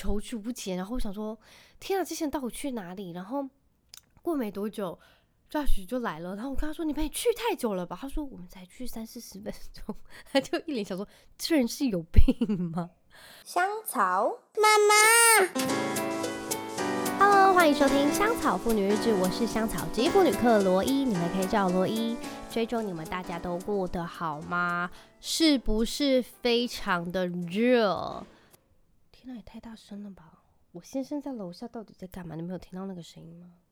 踌躇不前，然后我想说天啊，这些人到底去哪里？然后过没多久Josh 就来了，然后我跟他说你们也去太久了吧？他说我们才去30-40分钟，他就一脸想说这人是有病吗？ 香草妈妈 Hello， 欢迎收听香草妇女日志，我是香草职业妇女课罗伊，你们可以叫我罗伊。追踪你们大家都过得好吗？是不是非常的热？天哪，也太大声了吧！我先生在楼下到底在干嘛？你没有听到那个声音吗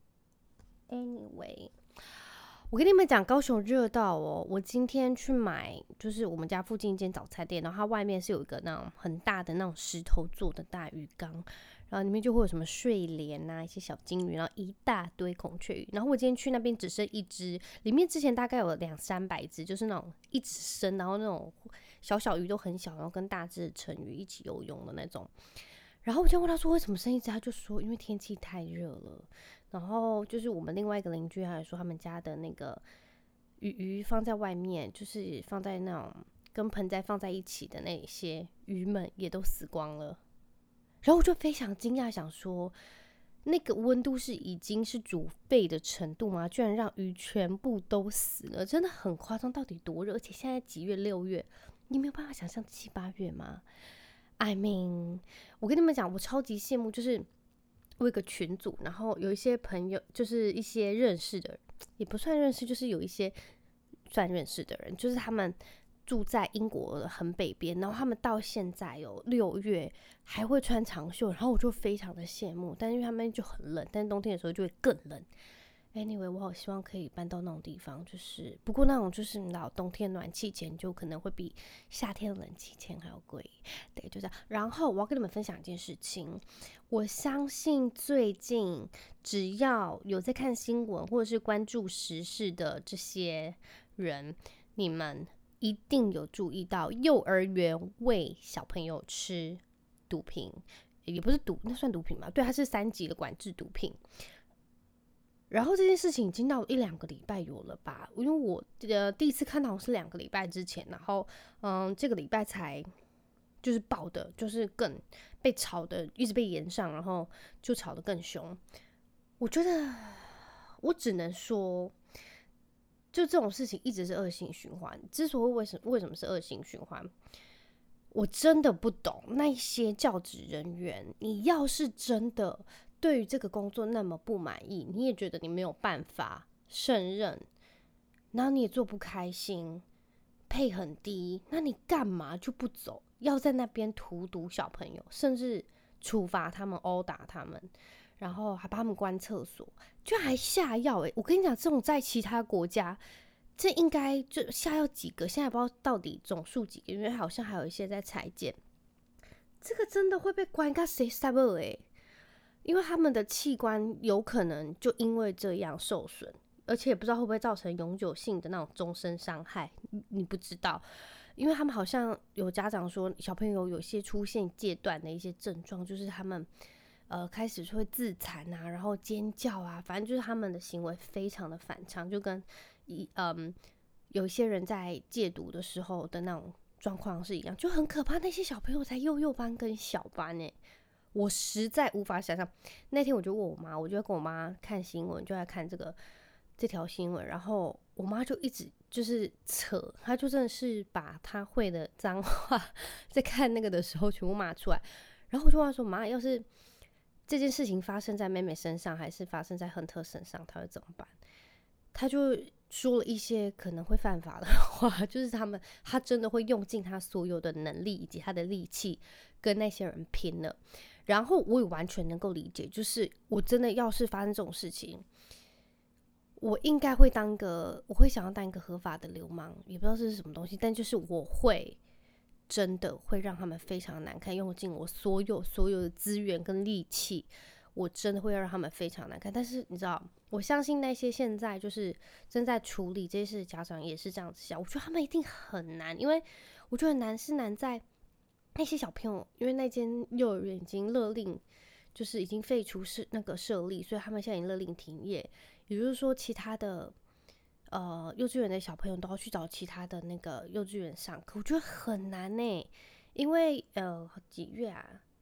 ？Anyway， 我跟你们讲，高雄热到哦，我今天去买，就是我们家附近一间早餐店，然后它外面是有一个那种很大的那种石头做的大鱼缸，然后里面就会有什么睡莲啊，一些小金鱼，然后一大堆孔雀鱼。然后我今天去那边只剩一只，里面之前大概有200-300只，就是那种一直生，然后那种小小鱼都很小，然后跟大只的成鱼一起游泳的那种。然后我就问他说为什么生一只，他就说因为天气太热了。然后就是我们另外一个邻居，还说他们家的那个鱼放在外面，就是放在那种跟盆栽放在一起的那些鱼们也都死光了。然后我就非常惊讶，想说那个温度是已经是煮沸的程度吗？居然让鱼全部都死了，真的很夸张。到底多热？而且现在几月？6月，你没有办法想象7-8月吗？I mean， 我跟你们讲，我超级羡慕，就是我有个群组，然后有一些朋友，就是一些认识的人，也不算认识，就是有一些算认识的人，就是他们住在英国的很北边，然后他们到现在6月还会穿长袖，然后我就非常的羡慕，但是因为他们就很冷，但是冬天的时候就会更冷。Anyway， 我好希望可以搬到那种地方，就是不过那种就是你知道，冬天暖气钱就可能会比夏天冷气钱还要贵，对，就这样。然后我要跟你们分享一件事情，我相信最近只要有在看新闻或者是关注时事的这些人，你们一定有注意到幼儿园喂小朋友吃毒品，也不是毒，那算毒品吗？对，它是3级的管制毒品。然后这件事情已经到1-2个礼拜有了吧，因为我第一次看到是2个礼拜之前，然后这个礼拜才就是爆的，就是更被炒的一直被延上，然后就炒得更凶。我觉得我只能说，就这种事情一直是恶性循环。之所以为什么是恶性循环，我真的不懂那些教职人员，你要是真的对于这个工作那么不满意，你也觉得你没有办法胜任，然后你也做不开心，配很低，那你干嘛就不走？要在那边荼毒小朋友，甚至处罚他们、殴打他们，然后还把他们关厕所，居然还下药我跟你讲，这种在其他国家，这应该就下药几个，现在不知道到底总数几个，因为好像还有一些在裁剪。这个真的会被关个谁杀了因为他们的器官有可能就因为这样受损，而且也不知道会不会造成永久性的那种终身伤害，你不知道。因为他们好像有家长说，小朋友有些出现戒断的一些症状，就是他们开始会自残啊，然后尖叫啊，反正就是他们的行为非常的反常，就跟有一些人在戒毒的时候的那种状况是一样，就很可怕。那些小朋友才幼班跟小班我实在无法想象。那天我就问我妈，我就跟我妈看新闻，就在看这条新闻，然后我妈就一直就是扯，她就真的是把她会的脏话在看那个的时候全部骂出来。然后我就问她说：“妈，要是这件事情发生在妹妹身上，还是发生在亨特身上，她会怎么办？”她就说了一些可能会犯法的话，就是他真的会用尽他所有的能力以及他的力气跟那些人拼了。然后我也完全能够理解，就是我真的要是发生这种事情，我应该会我会想要当一个合法的流氓，也不知道这是什么东西，但就是我会真的会让他们非常难看，用尽我所有的资源跟力气，我真的会让他们非常难看。但是你知道，我相信那些现在就是正在处理这些事的家长也是这样子想，我觉得他们一定很难，因为我觉得难在那些小朋友，因为那间幼儿园已经勒令，就是已经废除那个设立，所以他们现在已经勒令停业。也就是说，其他的幼稚园的小朋友都要去找其他的那个幼稚园上课，我觉得很难因为几月啊？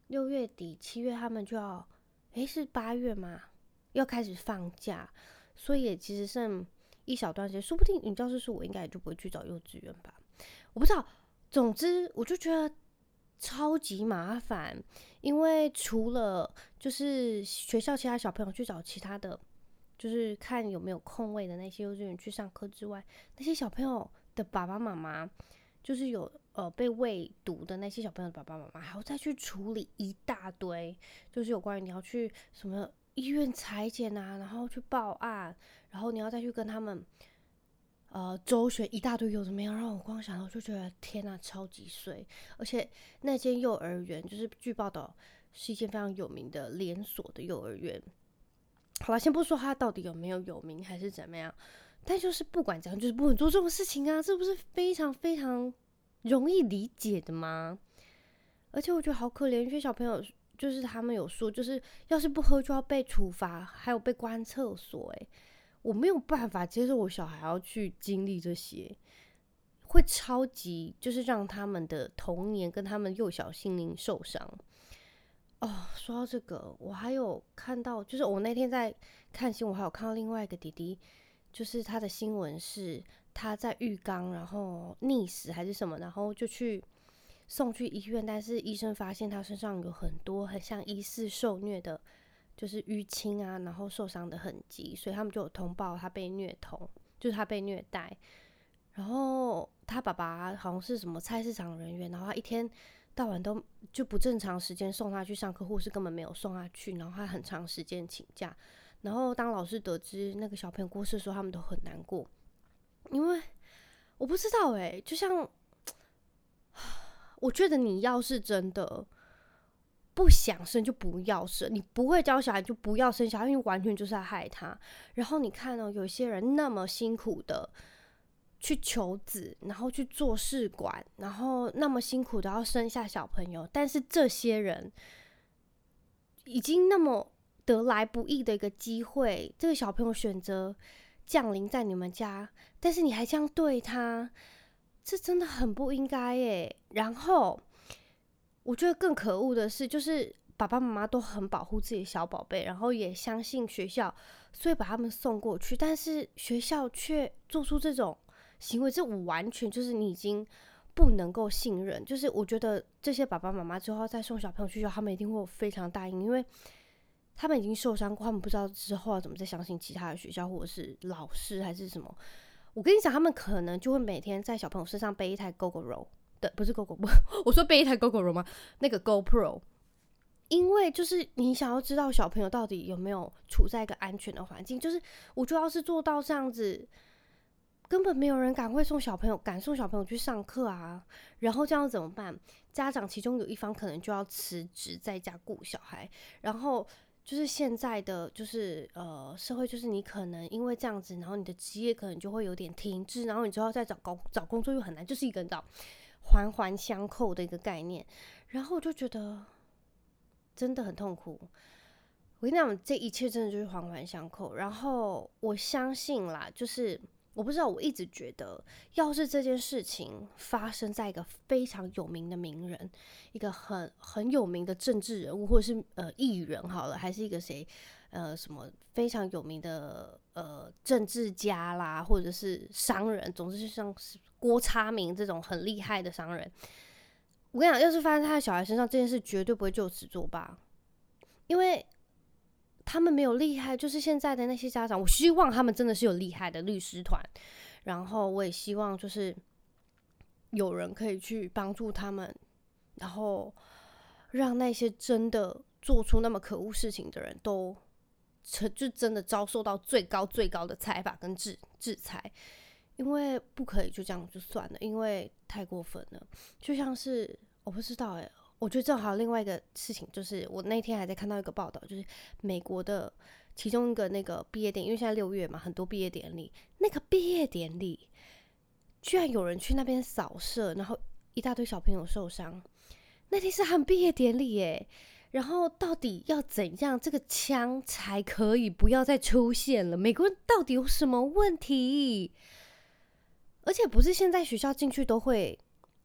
6月底7月他们就要，是8月吗？要开始放假，所以也其实剩一小段时间，说不定你教室是我应该也就不会去找幼稚园吧，我不知道。总之我就觉得超级麻烦，因为除了就是学校其他小朋友去找其他的，就是看有没有空位的那些幼稚园去上课之外，那些小朋友的爸爸妈妈，就是有被喂毒的那些小朋友的爸爸妈妈，还要再去处理一大堆，就是有关于你要去什么医院裁剪啊，然后去报案，然后你要再去跟他们周旋一大堆有的没有，让我光想到就觉得天哪，超级衰。而且那间幼儿园就是据报道是一间非常有名的连锁的幼儿园。好了，先不说它到底有没有有名还是怎么样，但就是不管怎样，就是不能做这种事情啊，这不是非常非常容易理解的吗？而且我觉得好可怜，因为小朋友就是他们有说，就是要是不喝就要被处罚，还有被关厕所。我没有办法接受我小孩要去经历这些，会超级就是让他们的童年跟他们幼小心灵受伤。说到这个，我还有看到，就是我那天在看新闻，还有看到另外一个弟弟，就是他的新闻是他在浴缸然后溺死还是什么，然后就去送去医院，但是医生发现他身上有很多很像疑似受虐的，就是淤青啊，然后受伤的痕迹，所以他们就有通报他被虐童，就是他被虐待。然后他爸爸好像是什么菜市场人员，然后他一天到晚都就不正常时间送他去上课，护士根本没有送他去，然后他很长时间请假。然后当老师得知那个小朋友过世的时候，他们都很难过，因为我不知道就像我觉得你要是真的不想生就不要生，你不会教小孩就不要生小孩，因为完全就是在害他。然后你看有些人那么辛苦的去求子，然后去做试管，然后那么辛苦的要生下小朋友，但是这些人已经那么得来不易的一个机会，这个小朋友选择降临在你们家，但是你还这样对他，这真的很不应该然后我觉得更可恶的是，就是爸爸妈妈都很保护自己的小宝贝，然后也相信学校，所以把他们送过去，但是学校却做出这种行为，这完全就是你已经不能够信任。就是我觉得这些爸爸妈妈之后再送小朋友去学校，他们一定会有非常大阴影，因为他们已经受伤过，他们不知道之后要怎么再相信其他的学校或者是老师还是什么。我跟你讲，他们可能就会每天在小朋友身上背一台 GoGo 的，不是 GoGo， 我说背一台 GoGo 吗？那个 GoPro， 因为就是你想要知道小朋友到底有没有处在一个安全的环境，就是我就要是做到这样子，根本没有人敢送小朋友去上课啊。然后这样怎么办？家长其中有一方可能就要辞职在家顾小孩，然后就是现在的就是社会，就是你可能因为这样子，然后你的职业可能就会有点停滞，然后你之后再找工作又很难，就是一个环环相扣的一个概念。然后我就觉得真的很痛苦。我跟你讲，这一切真的就是环环相扣。然后我相信啦，就是我不知道，我一直觉得，要是这件事情发生在一个非常有名的名人，一个很有名的政治人物，或者是艺人好了，还是一个谁什么非常有名的政治家啦，或者是商人，总之就像是郭叉明这种很厉害的商人，我跟你讲，要是发生在他的小孩身上，这件事绝对不会就此作罢，因为他们没有厉害，就是现在的那些家长，我希望他们真的是有厉害的律师团，然后我也希望就是有人可以去帮助他们，然后让那些真的做出那么可恶事情的人都就真的遭受到最高最高的裁罚跟制裁，因为不可以就这样就算了，因为太过分了。就像是我不知道我觉得正好另外一个事情，就是我那天还在看到一个报道，就是美国的其中一个那个毕业典礼，因为现在6月嘛，很多毕业典礼，那个毕业典礼居然有人去那边扫射，然后一大堆小朋友受伤。那天是他们毕业典礼然后到底要怎样这个枪才可以不要再出现了？美国人到底有什么问题？而且不是现在学校进去都会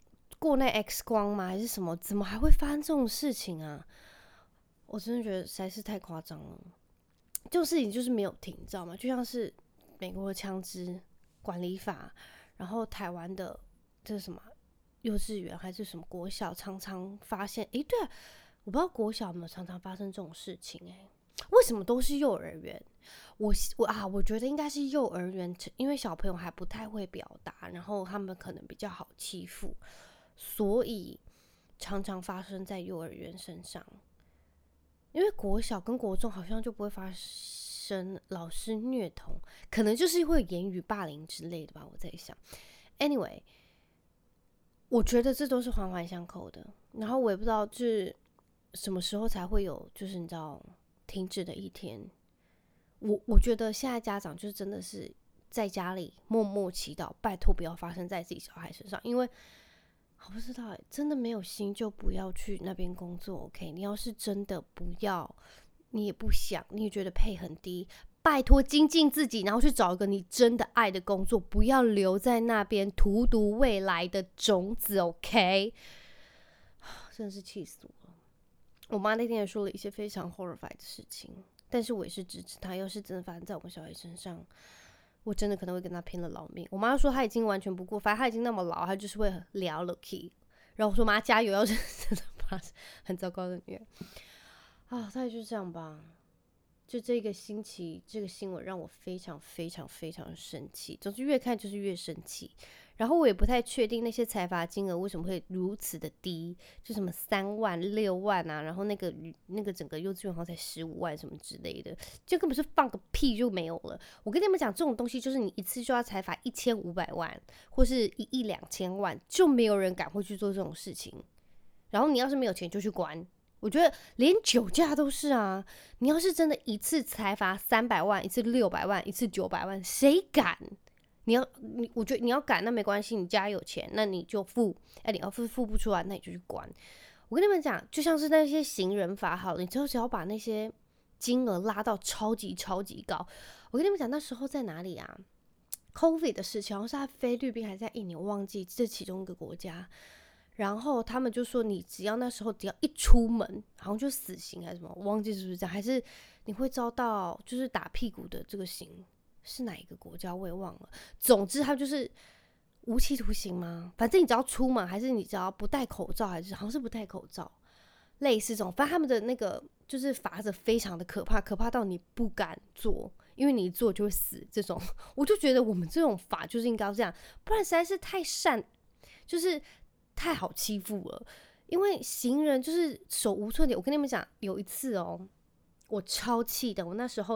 过那 X 光吗？还是什么？怎么还会发生这种事情啊？我真的觉得实在是太夸张了。这种事情就是没有停，你知道吗？就像是美国的枪支管理法，然后台湾的这是什么幼稚园还是什么国小，常常发现，对啊，我不知道国小有没有常常发生这种事情，为什么都是幼儿园？我觉得应该是幼儿园，因为小朋友还不太会表达，然后他们可能比较好欺负，所以常常发生在幼儿园身上。因为国小跟国中好像就不会发生老师虐童，可能就是会有言语霸凌之类的吧，我在想。Anyway， 我觉得这都是环环相扣的。然后我也不知道就是什么时候才会有，就是你知道停止的一天。我觉得现在家长就是真的是在家里默默祈祷，拜托不要发生在自己小孩身上，因为我不知道真的没有心就不要去那边工作 OK， 你要是真的不要，你也不想，你也觉得配很低，拜托精进自己，然后去找一个你真的爱的工作，不要留在那边荼毒未来的种子 OK。 真的是气死我了。我妈那天也说了一些非常 horrified 的事情，但是我也是支持她，要是真的发生在我们小孩身上，我真的可能会跟他拼了老命。我妈说她已经完全不顾，反正她已经那么老，她就是会聊 lucky。然后我说妈加油，要是真的发生很糟糕的女儿啊，大概就是这样吧。就这个星期这个新闻让我非常非常非常生气，总之越看就是越生气。然后我也不太确定那些财罚金额为什么会如此的低，就什么3万6万啊，然后那个整个幼稚园好像才15万什么之类的，就根本是放个屁就没有了。我跟你们讲，这种东西就是你一次就要财罚1500万或是1亿2千万，就没有人敢会去做这种事情。然后你要是没有钱就去关，我觉得连酒驾都是啊。你要是真的一次财罚300万，一次600万，一次900万，谁敢？我觉得你要敢，那没关系，你家有钱，那你就付。你要付不出来，那你就去关。我跟你们讲，就像是那些行人法好了，你只要把那些金额拉到超级超级高。我跟你们讲，那时候在哪里啊 ？COVID 的事情，好像是在菲律宾还是在印尼，我忘记这其中一个国家。然后他们就说，你只要那时候只要一出门，好像就死刑还是什么，我忘记是不是这样，还是你会遭到就是打屁股的这个刑。是哪一个国家我也忘了。总之他就是无期徒刑吗？反正你只要出门，还是你只要不戴口罩，还是好像是不戴口罩，类似这种。反正他们的那个就是法则非常的可怕，可怕到你不敢做，因为你一做就会死。这种我就觉得我们这种法就是应该要这样，不然实在是太就是太好欺负了。因为行人就是手无寸铁。我跟你们讲，有一次我超气的，我那时候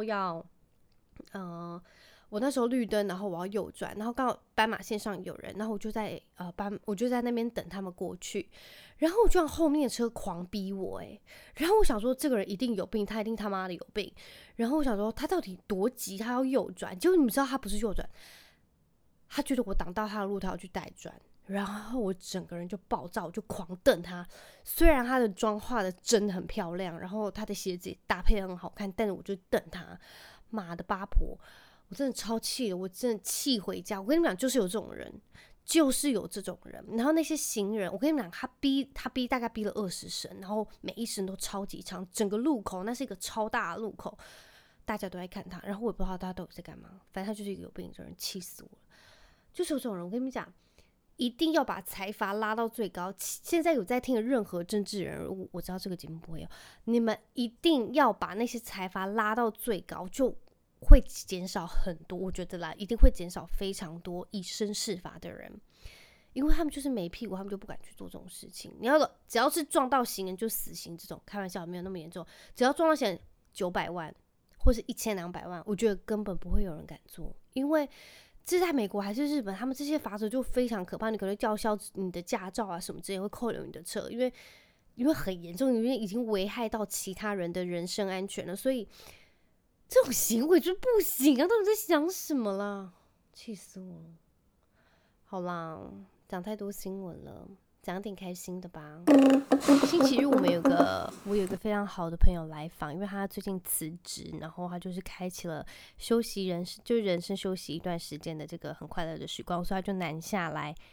我那时候绿灯，然后我要右转，然后刚好斑马线上有人，然后我就在那边等他们过去，然后我就让后面的车狂逼我然后我想说这个人一定有病，他一定他妈的有病，然后我想说他到底多急，他要右转，结果你们知道他不是右转，他觉得我挡到他的路，他要去带转，然后我整个人就暴躁，我就狂瞪他。虽然他的妆化的真的很漂亮，然后他的鞋子也搭配得很好看，但是我就瞪他。妈的八婆，我真的超气的，我真的气回家。我跟你们讲，就是有这种人，就是有这种人。然后那些行人，我跟你们讲，他逼大概逼了20声，然后每一声都超级长，整个路口那是一个超大的路口，大家都在看他。然后我也不知道大家都有在干嘛，反正他就是一个有病的人，气死我了。就是有这种人，我跟你们讲，一定要把财阀拉到最高。现在有在听的任何政治人物，我知道这个节目不会有，你们一定要把那些财阀拉到最高，就会减少很多。我觉得啦，一定会减少非常多以身试法的人，因为他们就是没屁股，他们就不敢去做这种事情。只要是撞到行人就死刑，这种开玩笑没有那么严重，只要撞到行人900万或是1200万，我觉得根本不会有人敢做，因为这在美国还是日本，他们这些法则就非常可怕，你可能吊销你的驾照啊什么之类，会扣留你的车，因为很严重，因为已经危害到其他人的人身安全了，所以这种行为就是不行啊！到底在想什么啦？气死我了！好啦，讲太多新闻了，讲点开心的吧。星期日我有一个非常好的朋友来访，因为他最近辞职，然后他就是开启了就是人生休息一段时间的这个很快乐的时光，所以他就南下来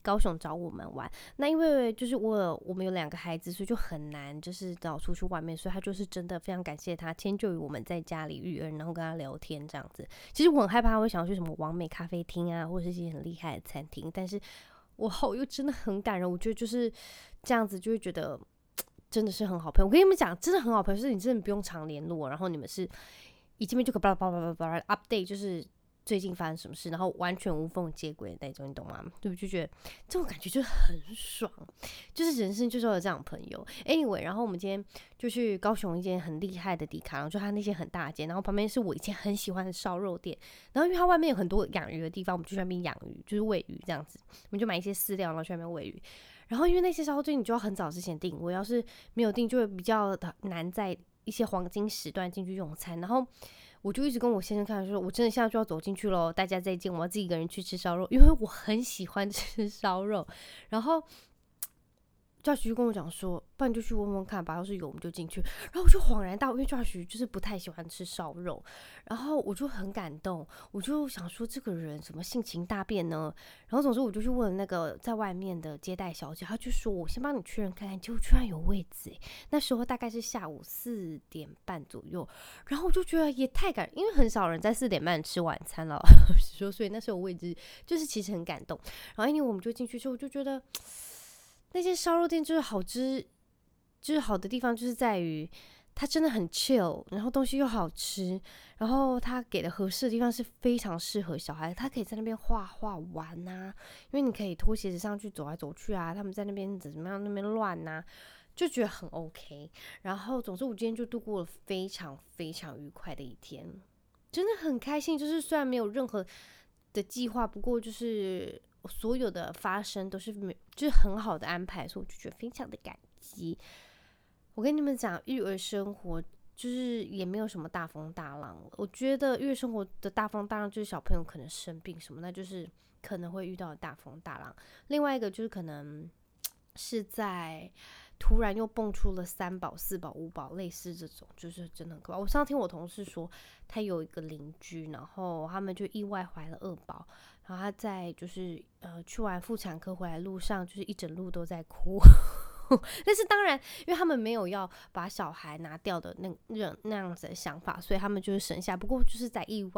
高雄找我们玩。那因为就是我们有2个孩子，所以就很难就是找出去外面，所以他就是真的非常感谢他迁就于我们在家里育儿，然后跟他聊天这样子。其实我很害怕他会想要去什么完美咖啡厅啊，或者是一些很厉害的餐厅，但是我又真的很感人，我觉得就是这样子就会觉得真的是很好朋友。我跟你们讲，真的很好朋友，就是你真的不用常联络，然后你们是一见面就可以巴拉巴拉巴拉 update， 就是最近发生什么事，然后完全无缝接轨的那种，你懂吗？对不对？就觉得这种感觉就很爽，就是人生就是要有这样的朋友。Anyway， 然后我们今天就去高雄一间很厉害的迪卡侬，就它那些很大的间，然后旁边是我以前很喜欢的烧肉店，然后因为它外面有很多养鱼的地方，我们就去那边养鱼，就是喂鱼这样子，我们就买一些饲料，然后去那边喂鱼。然后因为那些烧肉店你就要很早之前订，我要是没有订就会比较难在一些黄金时段进去用餐，然后我就一直跟我先生看说，我真的现在就要走进去咯，大家再见，我要自己一个人去吃烧肉，因为我很喜欢吃烧肉。然后Josh 就跟我讲说，不然就去问问看吧，要是有我们就进去。然后我就恍然大悟，因为 Josh 就是不太喜欢吃烧肉，然后我就很感动，我就想说这个人怎么性情大变呢？然后总之我就去问那个在外面的接待小姐，她就说我先帮你确认看看，结果居然有位置耶。那时候大概是下午4点半左右，然后我就觉得也太感人，因为很少人在4点半吃晚餐了，所以那时候位置就是其实很感动。然后因为我们就进去之后，我就觉得那间烧肉店就是就是好的地方就是在于它真的很 chill， 然后东西又好吃，然后它给的合适的地方是非常适合小孩，他可以在那边画画玩啊，因为你可以脱鞋子上去走来走去啊，他们在那边怎么样那边乱啊，就觉得很 OK。然后总之我今天就度过了非常非常愉快的一天，真的很开心，就是虽然没有任何的计划，不过就是所有的发生都是就是很好的安排，所以我就觉得非常的感激。我跟你们讲，育儿生活就是也没有什么大风大浪，我觉得育儿生活的大风大浪就是小朋友可能生病什么，那就是可能会遇到的大风大浪。另外一个就是可能是在突然又蹦出了3宝、4宝、5宝，类似这种，就是真的很可怕。我上次听我同事说，他有一个邻居，然后他们就意外怀了2宝，然后他在就是去完妇产科回来路上，就是一整路都在哭。但是当然，因为他们没有要把小孩拿掉的那样子的想法，所以他们就是省下。不过就是在意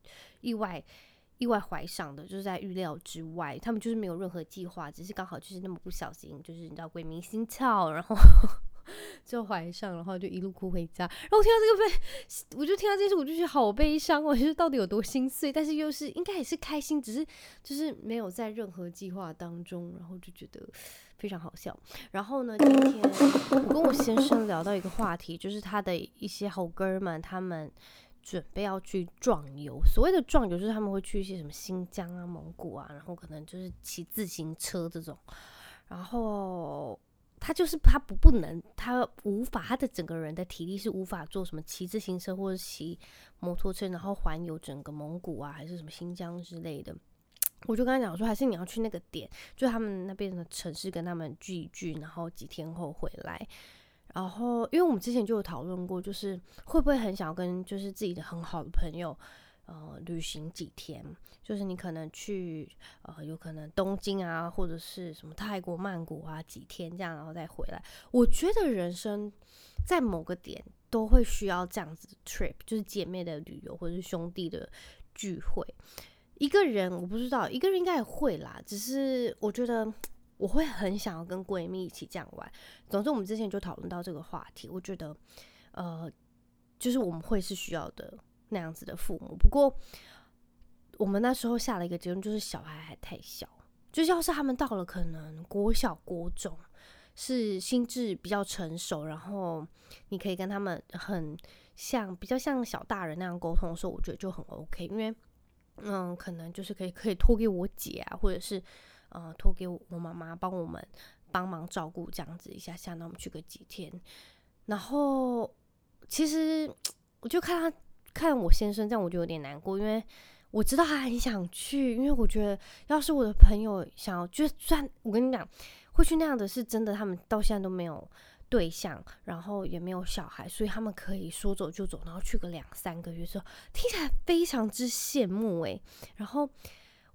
外怀上的，就是在预料之外，他们就是没有任何计划，只是刚好就是那么不小心，就是你知道鬼迷心窍，然后就怀上，然后就一路哭回家。然后我听到这个我就听到这件事，我就觉得好悲伤，我觉得到底有多心碎，但是又是应该也是开心，只是就是没有在任何计划当中，然后就觉得非常好笑。然后呢，今天我跟我先生聊到一个话题，就是他的一些好哥们，他们准备要去壮游。所谓的壮游，就是他们会去一些什么新疆啊、蒙古啊，然后可能就是骑自行车这种。然后他就是他不能，他无法，他的整个人的体力是无法做什么骑自行车或者骑摩托车，然后环游整个蒙古啊，还是什么新疆之类的。我就跟他讲说，还是你要去那个点，就他们那边的城市跟他们聚一聚，然后几天后回来。然后因为我们之前就有讨论过，就是会不会很想跟就是自己的很好的朋友旅行几天，就是你可能去有可能东京啊，或者是什么泰国曼谷啊几天这样，然后再回来。我觉得人生在某个点都会需要这样子的 trip， 就是姐妹的旅游或者是兄弟的聚会。一个人我不知道，一个人应该也会啦，只是我觉得我会很想要跟闺蜜一起这样玩。总之我们之前就讨论到这个话题，我觉得就是我们会是需要的那样子的父母。不过我们那时候下了一个结论，就是小孩还太小，就是要是他们到了可能国小国中，是心智比较成熟，然后你可以跟他们比较像小大人那样沟通的时候，我觉得就很 OK。因为可能就是可以托给我姐啊，或者是托给我妈妈帮我们帮忙照顾这样子一下下，那我们去个几天。然后其实我就看我先生这样，我就有点难过，因为我知道他很想去，因为我觉得要是我的朋友想要，就算我跟你讲会去那样的，是真的他们到现在都没有对象，然后也没有小孩，所以他们可以说走就走，然后去个2-3个月之后，听起来非常之羡慕然后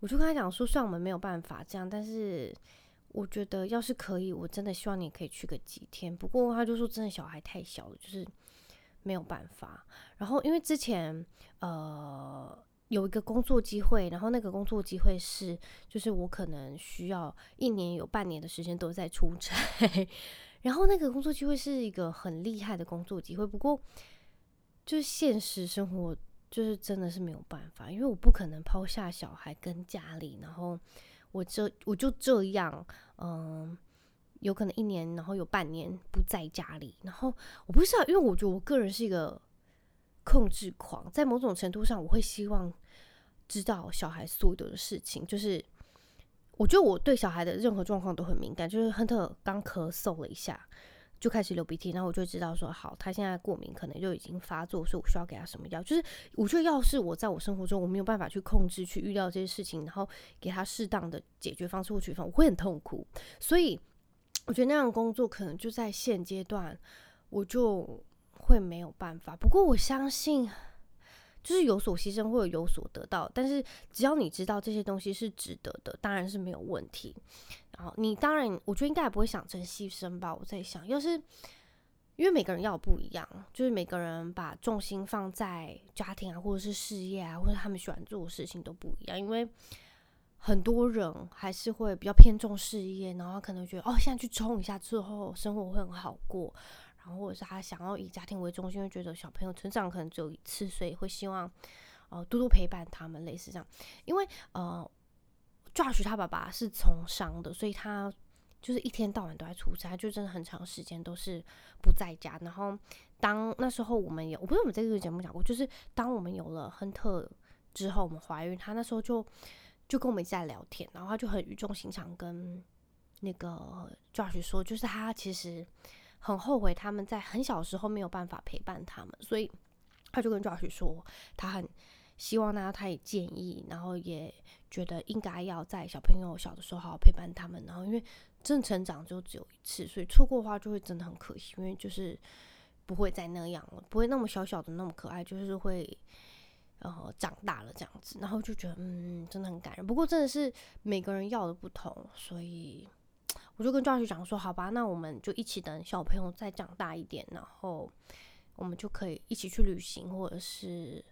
我就跟他讲说，虽然我们没有办法这样，但是我觉得要是可以，我真的希望你可以去个几天。不过他就说，真的小孩太小了，就是没有办法。然后因为之前有一个工作机会，然后那个工作机会是，就是我可能需要1年有半年的时间都在出差，然后那个工作机会是一个很厉害的工作机会，不过就是现实生活就是真的是没有办法，因为我不可能抛下小孩跟家里，然后我就这样，有可能1年，然后有半年不在家里，然后我不知道，因为我觉得我个人是一个控制狂，在某种程度上，我会希望知道小孩所有的事情，就是我觉得我对小孩的任何状况都很敏感，就是亨特刚咳嗽了一下，就开始流鼻涕，然后我就知道说，好，他现在过敏可能就已经发作，所以我需要给他什么药。就是我觉得，要是我在我生活中我没有办法去控制、去预料这些事情，然后给他适当的解决方式或处理方法，我会很痛苦。所以我觉得那样的工作可能就在现阶段，我就会没有办法。不过我相信，就是有所牺牲会有所得到，但是只要你知道这些东西是值得的，当然是没有问题。然后你当然，我觉得应该也不会想成牺牲吧。我在想，要是因为每个人要不一样，就是每个人把重心放在家庭啊，或者是事业啊，或者他们喜欢做的事情都不一样。因为很多人还是会比较偏重事业，然后他可能觉得现在去冲一下之后生活会很好过，然后或者是他想要以家庭为中心，会觉得小朋友成长可能只有一次，所以会希望多多陪伴他们，类似这样。因为Josh 他爸爸是从商的，所以他就是一天到晚都在出差，就真的很长时间都是不在家。然后那时候我不知道我们在这个节目讲过，就是当我们有了亨特之后，我们怀孕，他那时候就跟我们一直在聊天，然后他就很语重心长跟那个 Josh 说，就是他其实很后悔他们在很小的时候没有办法陪伴他们，所以他就跟 Josh 说，他很希望他也建议，然后也觉得应该要在小朋友小的时候好好陪伴他们。然后因为真的成长就只有一次，所以错过的话就会真的很可惜，因为就是不会再那样了，不会那么小小的那么可爱，就是会长大了这样子。然后就觉得真的很感人。不过真的是每个人要的不同，所以我就跟 Josh 讲说，好吧，那我们就一起等小朋友再长大一点，然后我们就可以一起去旅行，或者是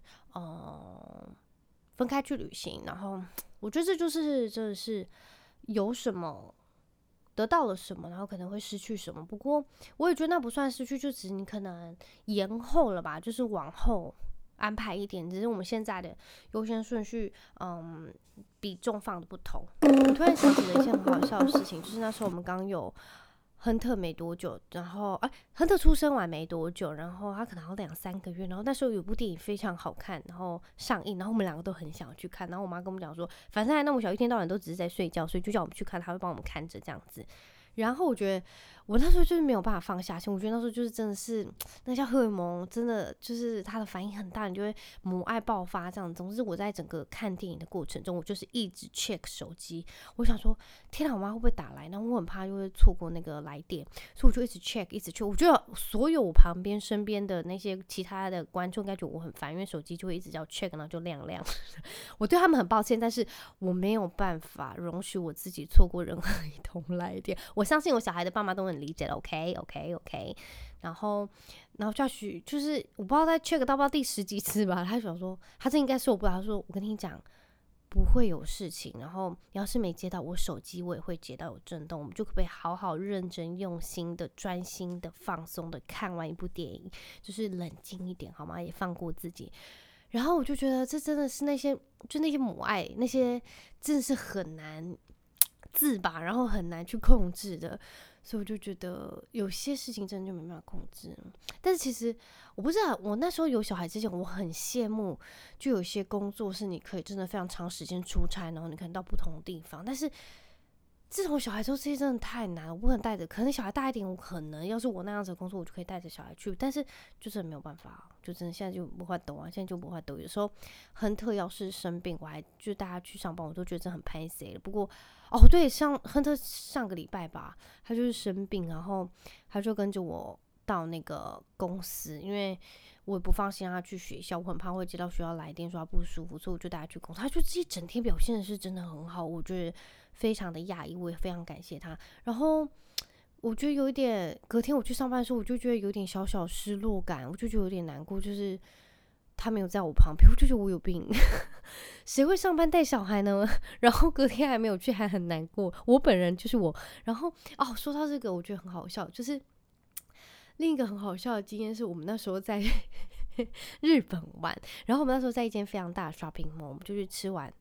分开去旅行。然后我觉得这就是真的是有什么得到了什么，然后可能会失去什么。不过我也觉得那不算失去，就只是你可能延后了吧，就是往后安排一点，只是我们现在的优先顺序比重放的不同。我突然想起了一件很好笑的事情，就是那时候我们刚有亨特没多久，然后亨特出生完没多久，然后他可能要2-3个月，然后那时候有部电影非常好看，然后上映，然后我们2个都很想去看，然后我妈跟我们讲说，反正还那么小，一天到晚都只是在睡觉，所以就叫我们去看，他会帮我们看着这样子。然后我觉得我那时候就是没有办法放下心，我觉得那时候就是真的是那叫荷尔蒙，真的就是他的反应很大，你就会母爱爆发这样。总之我在整个看电影的过程中，我就是一直 check 手机，我想说天哪，我妈会不会打来，然后我很怕就会错过那个来电，所以我就一直 check 一直 check。我觉得所有我旁边身边的那些其他的观众应该觉得我很烦，因为手机就会一直叫 check， 然后就亮亮我对他们很抱歉，但是我没有办法容许我自己错过任何一通来电。我相信我小孩的爸妈都很理解的 ，OK。然后 Josh 就是我不知道在 check 到不知道第10几次吧，他想说他这应该受不了，他说我跟你讲不会有事情，然后你要是没接到我手机，我也会接到有震动，我们就可不可以好好认真用心的专心的放松的看完一部电影，就是冷静一点好吗，也放过自己。然后我就觉得这真的是那些母爱，那些真的是很难自拔，然后很难去控制的，所以我就觉得有些事情真的就没办法控制。但是其实我不知道，我那时候有小孩之前，我很羡慕，就有些工作是你可以真的非常长时间出差，然后你可能到不同的地方。但是自从小孩之后，这些真的太难了，我不可能带着。可能小孩大一点，我可能要是我那样子的工作，我就可以带着小孩去。但是就真的没有办法，就真的现在就不会抖啊，现在就不会抖。有时候亨特要是生病，我还就带他去上班，我都觉得真的很拍谁了。不过对，亨特上个礼拜吧，他就是生病，然后他就跟着我到那个公司，因为我也不放心让他去学校，我很怕会接到学校来电说他不舒服，所以我就带他去公司。他就自己整天表现的是真的很好，我觉得非常的讶异，我也非常感谢他。然后我觉得有一点，隔天我去上班的时候，我就觉得有点小小失落感，我就觉得有点难过，就是他没有在我旁边，我就觉得我有病。谁会上班带小孩呢？然后隔天还没有去，还很难过。我本人就是我。然后说到这个，我觉得很好笑，就是另一个很好笑的经验是我们那时候在日本玩，然后我们那时候在一间非常大的 shopping mall， 我们就去吃完。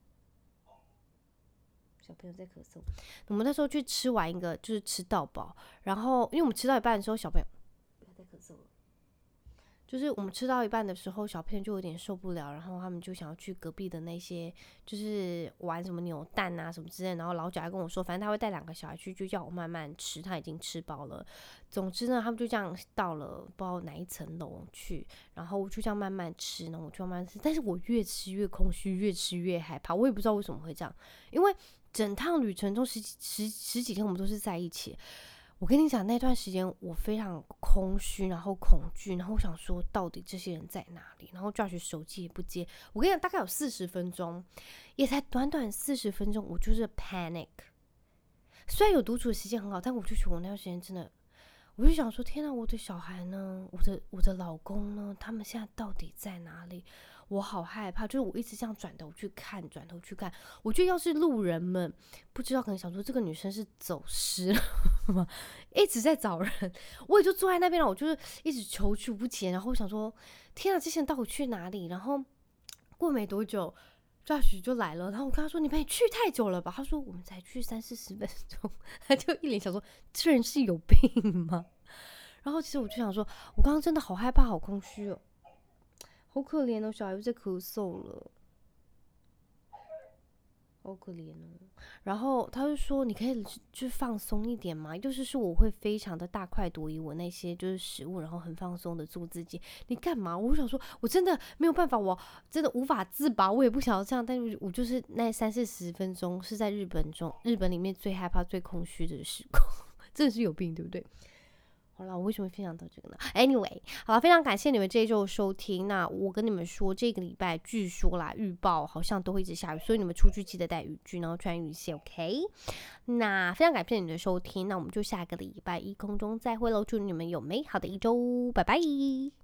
小朋友在咳嗽。我们那时候去吃完一个，就是吃到饱，然后因为我们吃到一半的时候，小朋友不要再咳嗽了。就是我们吃到一半的时候，小朋友就有点受不了，然后他们就想要去隔壁的那些，就是玩什么扭蛋啊什么之类的。然后老贾还跟我说，反正他会带2个小孩去，就叫我慢慢吃，他已经吃饱了。总之呢，他们就这样到了不知道哪一层楼去，然后我就这样慢慢吃，然后我就慢慢吃，但是我越吃越空虚，越吃越害怕，我也不知道为什么会这样，因为整趟旅程中十几天我们都是在一起。我跟你讲，那段时间我非常空虚，然后恐惧，然后我想说，到底这些人在哪里？然后 Josh 手机也不接。我跟你讲，大概有40分钟，也才短短40分钟，我就是 panic。虽然有独处的时间很好，但我就觉得我那段时间真的，我就想说，天哪，我的小孩呢？我的老公呢？他们现在到底在哪里？我好害怕，就是我一直这样转头去看。我觉得要是路人们不知道，可能想说这个女生是走失了吗？一直在找人，我也就坐在那边了，我就是一直踌躇不前。然后我想说，天啊，这些人到底去哪里？然后过没多久，Josh 就来了，然后我跟他说：“你们也去太久了吧？”他说：“我们才去30-40分钟。”他就一脸想说：“这人是有病吗？”然后其实我就想说，我刚刚真的好害怕，好空虚哦。好可怜哦，小孩又在咳嗽了，好可怜哦。然后他就说：“你可以就放松一点嘛。”就是我会非常的大快朵颐，我那些就是食物，然后很放松的做自己。你干嘛？我想说，我真的没有办法，我真的无法自拔，我也不想要这样。但是我就是那30-40分钟是在日本里面最害怕、最空虚的时光，真的是有病，对不对？好了，我为什么会分享到这个呢 ？Anyway， 好了，非常感谢你们这一周的收听。那我跟你们说，这个礼拜据说啦，预报好像都会一直下雨，所以你们出去记得带雨具，然后穿雨鞋 ，OK？ 那非常感谢你们的收听，那我们就下个礼拜一空中再会喽，祝你们有美好的一周，拜拜。